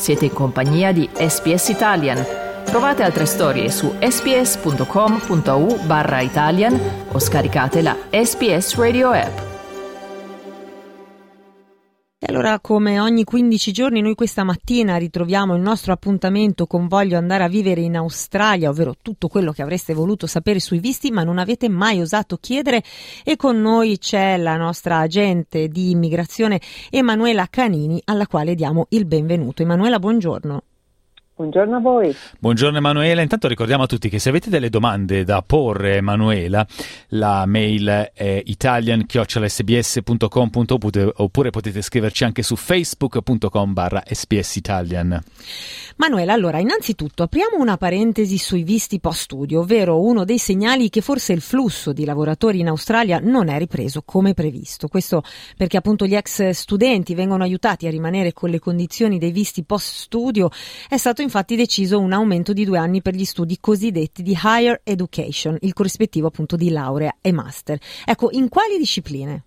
Siete in compagnia di SPS Italian. Trovate altre storie su sps.com.au/Italian o scaricate la SPS Radio app. E allora, come ogni 15 giorni, noi questa mattina ritroviamo il nostro appuntamento con Voglio andare a vivere in Australia, ovvero tutto quello che avreste voluto sapere sui visti ma non avete mai osato chiedere, e con noi c'è la nostra agente di immigrazione Emanuela Canini, alla quale diamo il benvenuto. Emanuela, buongiorno. Buongiorno a voi. Buongiorno Emanuela, intanto ricordiamo a tutti che se avete delle domande da porre a Emanuela, la mail è italian@sbs.com.au oppure potete scriverci anche su facebook.com/sbsitalian. Manuela, allora, innanzitutto apriamo una parentesi sui visti post-studio, ovvero uno dei segnali che forse il flusso di lavoratori in Australia non è ripreso come previsto. Questo perché appunto gli ex studenti vengono aiutati a rimanere con le condizioni dei visti post-studio. È stato infatti deciso un aumento di 2 anni per gli studi cosiddetti di Higher Education, il corrispettivo appunto di laurea e master. Ecco, in quali discipline?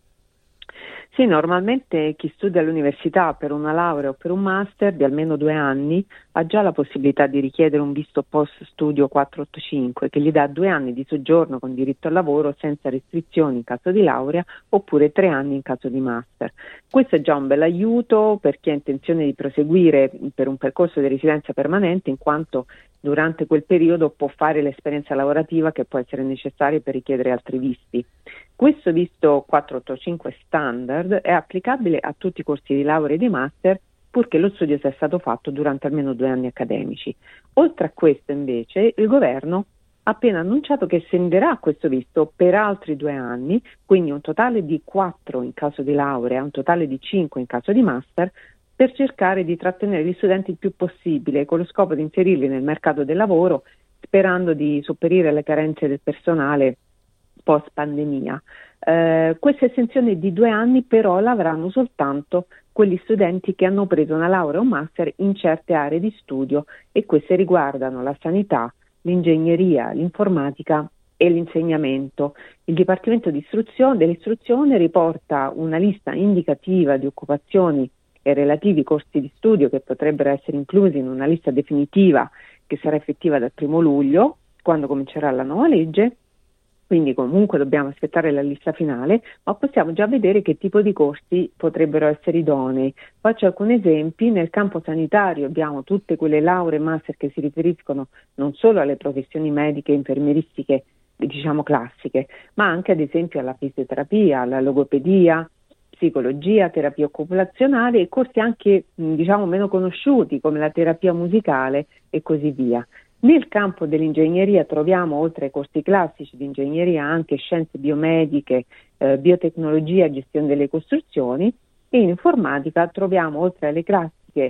Sì, normalmente chi studia all'università per una laurea o per un master di almeno 2 anni ha già la possibilità di richiedere un visto post studio 485 che gli dà 2 anni di soggiorno con diritto al lavoro senza restrizioni in caso di laurea oppure 3 anni in caso di master. Questo è già un bel aiuto per chi ha intenzione di proseguire per un percorso di residenza permanente, in quanto durante quel periodo può fare l'esperienza lavorativa che può essere necessaria per richiedere altri visti. Questo visto 485 standard è applicabile a tutti i corsi di laurea e di master, purché lo studio sia stato fatto durante almeno 2 anni accademici. Oltre a questo, invece, il governo ha appena annunciato che estenderà questo visto per altri 2 anni, quindi un totale di 4 in caso di laurea, un totale di 5 in caso di master, per cercare di trattenere gli studenti il più possibile, con lo scopo di inserirli nel mercato del lavoro, sperando di sopperire alle carenze del personale post pandemia. Questa estensione di 2 anni però l'avranno soltanto quegli studenti che hanno preso una laurea o un master in certe aree di studio, e queste riguardano la sanità, l'ingegneria, l'informatica e l'insegnamento. Il Dipartimento dell'istruzione riporta una lista indicativa di occupazioni e relativi corsi di studio che potrebbero essere inclusi in una lista definitiva che sarà effettiva dal 1 luglio, quando comincerà la nuova legge. Quindi comunque dobbiamo aspettare la lista finale, ma possiamo già vedere che tipo di corsi potrebbero essere idonei. Faccio alcuni esempi. Nel campo sanitario abbiamo tutte quelle lauree e master che si riferiscono non solo alle professioni mediche e infermieristiche, diciamo classiche, ma anche ad esempio alla fisioterapia, alla logopedia, psicologia, terapia occupazionale e corsi anche meno conosciuti come la terapia musicale e così via. Nel campo dell'ingegneria troviamo, oltre ai corsi classici di ingegneria, anche scienze biomediche, biotecnologia, gestione delle costruzioni, e in informatica troviamo, oltre alle classiche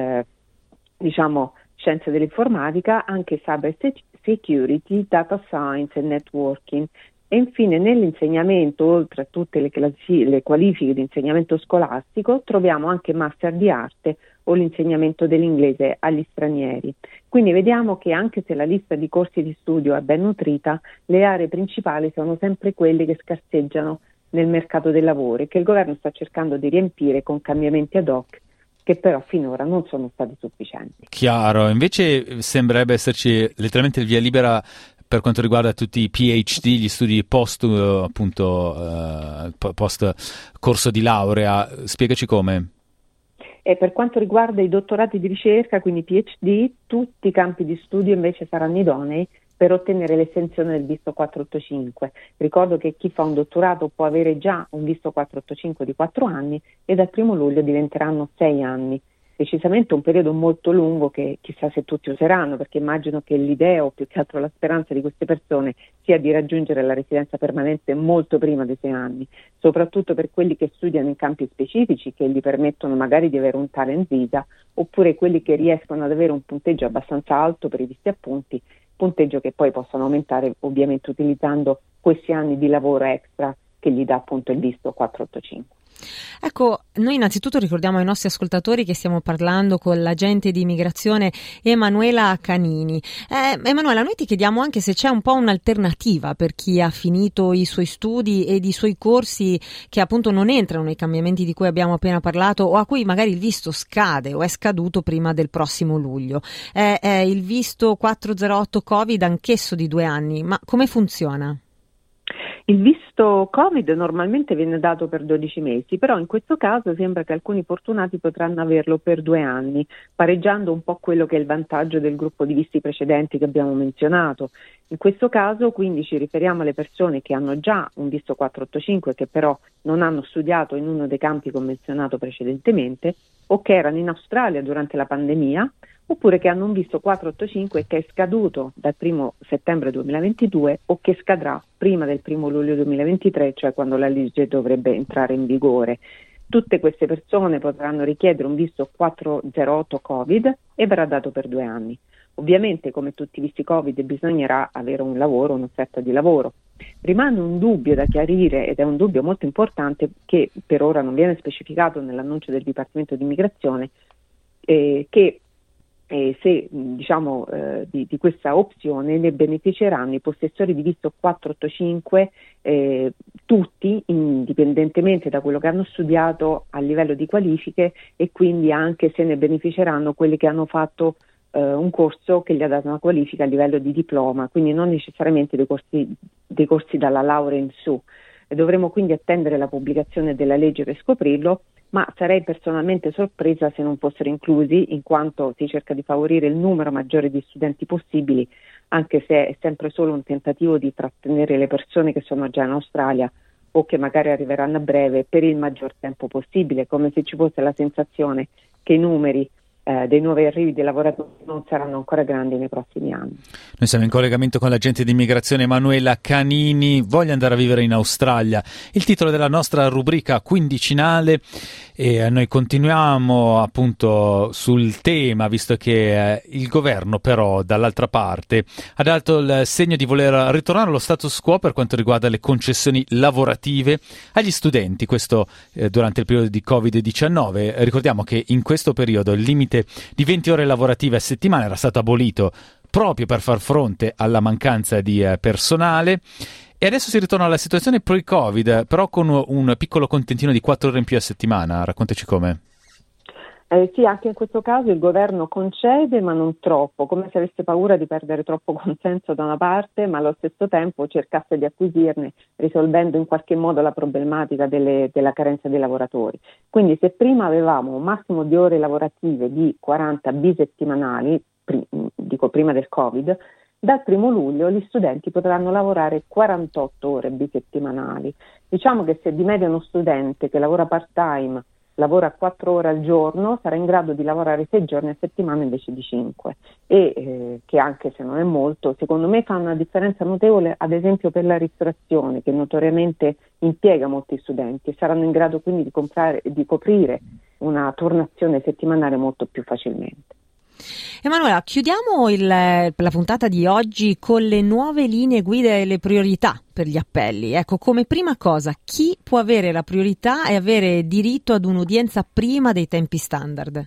scienze dell'informatica, anche cyber security, data science e networking. E infine nell'insegnamento, oltre a tutte le qualifiche di insegnamento scolastico, troviamo anche master di arte o l'insegnamento dell'inglese agli stranieri. Quindi vediamo che anche se la lista di corsi di studio è ben nutrita, le aree principali sono sempre quelle che scarseggiano nel mercato del lavoro e che il governo sta cercando di riempire con cambiamenti ad hoc che però finora non sono stati sufficienti. Chiaro, invece sembrerebbe esserci letteralmente il via libera per quanto riguarda tutti i PhD, gli studi post corso di laurea. Spiegaci come. E per quanto riguarda i dottorati di ricerca, quindi PhD, tutti i campi di studio invece saranno idonei per ottenere l'estensione del visto 485. Ricordo che chi fa un dottorato può avere già un visto 485 di 4 anni e dal 1 luglio diventeranno 6 anni. Decisamente un periodo molto lungo che chissà se tutti useranno, perché immagino che l'idea o più che altro la speranza di queste persone sia di raggiungere la residenza permanente molto prima dei 6 anni, soprattutto per quelli che studiano in campi specifici che gli permettono magari di avere un talent visa, oppure quelli che riescono ad avere un punteggio abbastanza alto per i visti appunti, punteggio che poi possono aumentare ovviamente utilizzando questi anni di lavoro extra che gli dà appunto il visto 485. Ecco, noi innanzitutto ricordiamo ai nostri ascoltatori che stiamo parlando con l'agente di immigrazione Emanuela Canini. Emanuela, noi ti chiediamo anche se c'è un po' un'alternativa per chi ha finito i suoi studi ed i suoi corsi che appunto non entrano nei cambiamenti di cui abbiamo appena parlato o a cui magari il visto scade o è scaduto prima del prossimo luglio. È il visto 408 Covid anch'esso di 2 anni, ma come funziona? Il visto Covid normalmente viene dato per 12 mesi, però in questo caso sembra che alcuni fortunati potranno averlo per 2 anni, pareggiando un po' quello che è il vantaggio del gruppo di visti precedenti che abbiamo menzionato. In questo caso quindi ci riferiamo alle persone che hanno già un visto 485 che però non hanno studiato in uno dei campi convenzionato precedentemente o che erano in Australia durante la pandemia, oppure che hanno un visto 485 che è scaduto dal 1 settembre 2022 o che scadrà prima del 1 luglio 2023, cioè quando la legge dovrebbe entrare in vigore. Tutte queste persone potranno richiedere un visto 408 Covid e verrà dato per 2 anni. Ovviamente, come tutti i visti Covid, bisognerà avere un lavoro, un'offerta di lavoro. Rimane un dubbio da chiarire ed è un dubbio molto importante che per ora non viene specificato nell'annuncio del Dipartimento di Immigrazione, che se di questa opzione ne beneficeranno i possessori di visto 485 tutti, indipendentemente da quello che hanno studiato a livello di qualifiche, e quindi anche se ne beneficeranno quelli che hanno fatto un corso che gli ha dato una qualifica a livello di diploma, quindi non necessariamente dei corsi dalla laurea in su. Dovremo quindi attendere la pubblicazione della legge per scoprirlo, ma sarei personalmente sorpresa se non fossero inclusi, in quanto si cerca di favorire il numero maggiore di studenti possibili, anche se è sempre solo un tentativo di trattenere le persone che sono già in Australia o che magari arriveranno a breve per il maggior tempo possibile, come se ci fosse la sensazione che i numeri dei nuovi arrivi di lavoratori non saranno ancora grandi nei prossimi anni. Noi siamo in collegamento con l'agente di immigrazione Emanuela Canini. Voglio andare a vivere in Australia, il titolo della nostra rubrica quindicinale, e noi continuiamo appunto sul tema, visto che il governo però dall'altra parte ha dato il segno di voler ritornare allo status quo per quanto riguarda le concessioni lavorative agli studenti, questo durante il periodo di Covid-19. Ricordiamo che in questo periodo il limite di 20 ore lavorative a settimana era stato abolito proprio per far fronte alla mancanza di personale, e adesso si ritorna alla situazione pre-Covid, però con un piccolo contentino di 4 ore in più a settimana. Raccontaci come. Sì, anche in questo caso il governo concede, ma non troppo, come se avesse paura di perdere troppo consenso da una parte, ma allo stesso tempo cercasse di acquisirne, risolvendo in qualche modo la problematica della carenza dei lavoratori. Quindi se prima avevamo un massimo di ore lavorative di 40 bisettimanali, prima del Covid, dal 1 luglio gli studenti potranno lavorare 48 ore bisettimanali. Diciamo che se di media uno studente che lavora part-time lavora 4 ore al giorno, sarà in grado di lavorare 6 giorni a settimana invece di 5, e che anche se non è molto, secondo me fa una differenza notevole, ad esempio per la ristorazione, che notoriamente impiega molti studenti, e saranno in grado quindi di coprire una turnazione settimanale molto più facilmente. Emanuela, chiudiamo la puntata di oggi con le nuove linee guida e le priorità per gli appelli. Ecco, come prima cosa, chi può avere la priorità e avere diritto ad un'udienza prima dei tempi standard?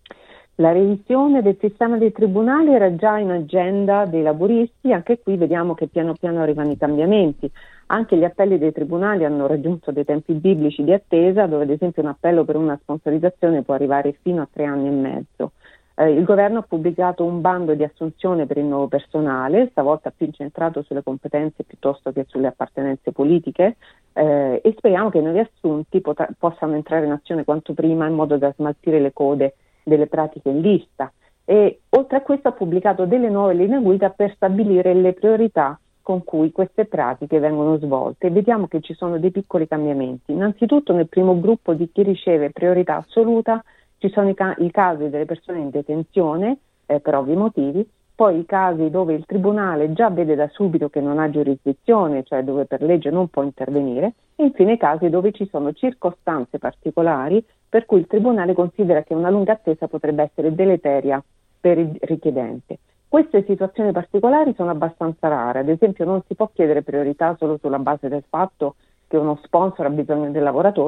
La revisione del sistema dei tribunali era già in agenda dei laburisti, anche qui vediamo che piano piano arrivano i cambiamenti. Anche gli appelli dei tribunali hanno raggiunto dei tempi biblici di attesa, dove ad esempio un appello per una sponsorizzazione può arrivare fino a 3 anni e mezzo. Il governo ha pubblicato un bando di assunzione per il nuovo personale, stavolta più incentrato sulle competenze piuttosto che sulle appartenenze politiche, e speriamo che i nuovi assunti possano entrare in azione quanto prima, in modo da smaltire le code delle pratiche in lista. E oltre a questo ha pubblicato delle nuove linee guida per stabilire le priorità con cui queste pratiche vengono svolte. Vediamo che ci sono dei piccoli cambiamenti. Innanzitutto nel primo gruppo di chi riceve priorità assoluta ci sono i casi delle persone in detenzione per ovvi motivi, poi i casi dove il tribunale già vede da subito che non ha giurisdizione, cioè dove per legge non può intervenire, e infine i casi dove ci sono circostanze particolari per cui il tribunale considera che una lunga attesa potrebbe essere deleteria per il richiedente. Queste situazioni particolari sono abbastanza rare, ad esempio non si può chiedere priorità solo sulla base del fatto che uno sponsor ha bisogno del lavoratore,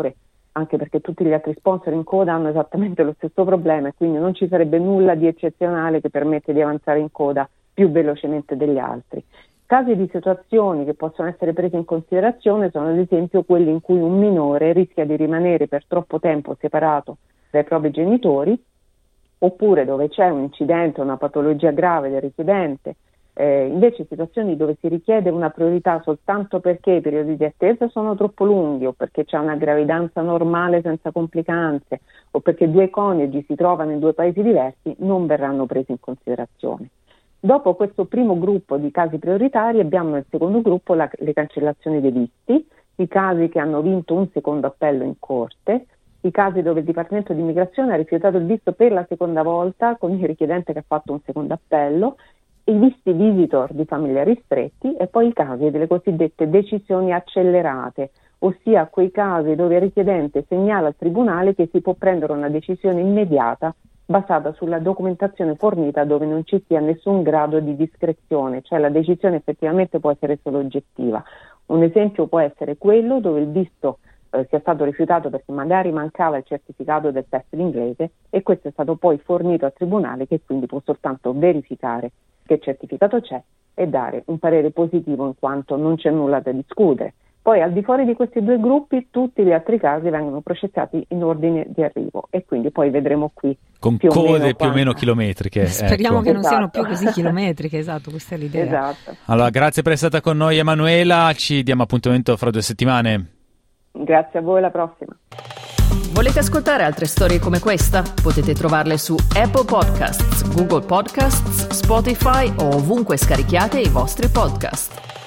anche perché tutti gli altri sponsor in coda hanno esattamente lo stesso problema e quindi non ci sarebbe nulla di eccezionale che permette di avanzare in coda più velocemente degli altri. Casi di situazioni che possono essere prese in considerazione sono ad esempio quelli in cui un minore rischia di rimanere per troppo tempo separato dai propri genitori, oppure dove c'è un incidente o una patologia grave del richiedente, invece situazioni dove si richiede una priorità soltanto perché i periodi di attesa sono troppo lunghi o perché c'è una gravidanza normale senza complicanze o perché due coniugi si trovano in due paesi diversi, non verranno presi in considerazione. Dopo questo primo gruppo di casi prioritari abbiamo nel secondo gruppo le cancellazioni dei visti, i casi che hanno vinto un secondo appello in corte, i casi dove il Dipartimento di Immigrazione ha rifiutato il visto per la seconda volta con il richiedente che ha fatto un secondo appello, i visti visitor di familiari stretti e poi i casi delle cosiddette decisioni accelerate, ossia quei casi dove il richiedente segnala al tribunale che si può prendere una decisione immediata basata sulla documentazione fornita dove non ci sia nessun grado di discrezione, cioè la decisione effettivamente può essere solo oggettiva. Un esempio può essere quello dove il visto sia stato rifiutato perché magari mancava il certificato del test in inglese e questo è stato poi fornito al tribunale che quindi può soltanto verificare che il certificato c'è e dare un parere positivo in quanto non c'è nulla da discutere. Poi al di fuori di questi due gruppi tutti gli altri casi vengono processati in ordine di arrivo e quindi poi vedremo qui con code più o meno chilometriche. Speriamo ecco. che non siano più così chilometriche, esatto, questa è l'idea. Esatto. Allora, grazie per essere stata con noi Emanuela, ci diamo appuntamento fra 2 settimane. Grazie a voi, alla prossima. Volete ascoltare altre storie come questa? Potete trovarle su Apple Podcasts, Google Podcasts, Spotify o ovunque scarichiate i vostri podcast.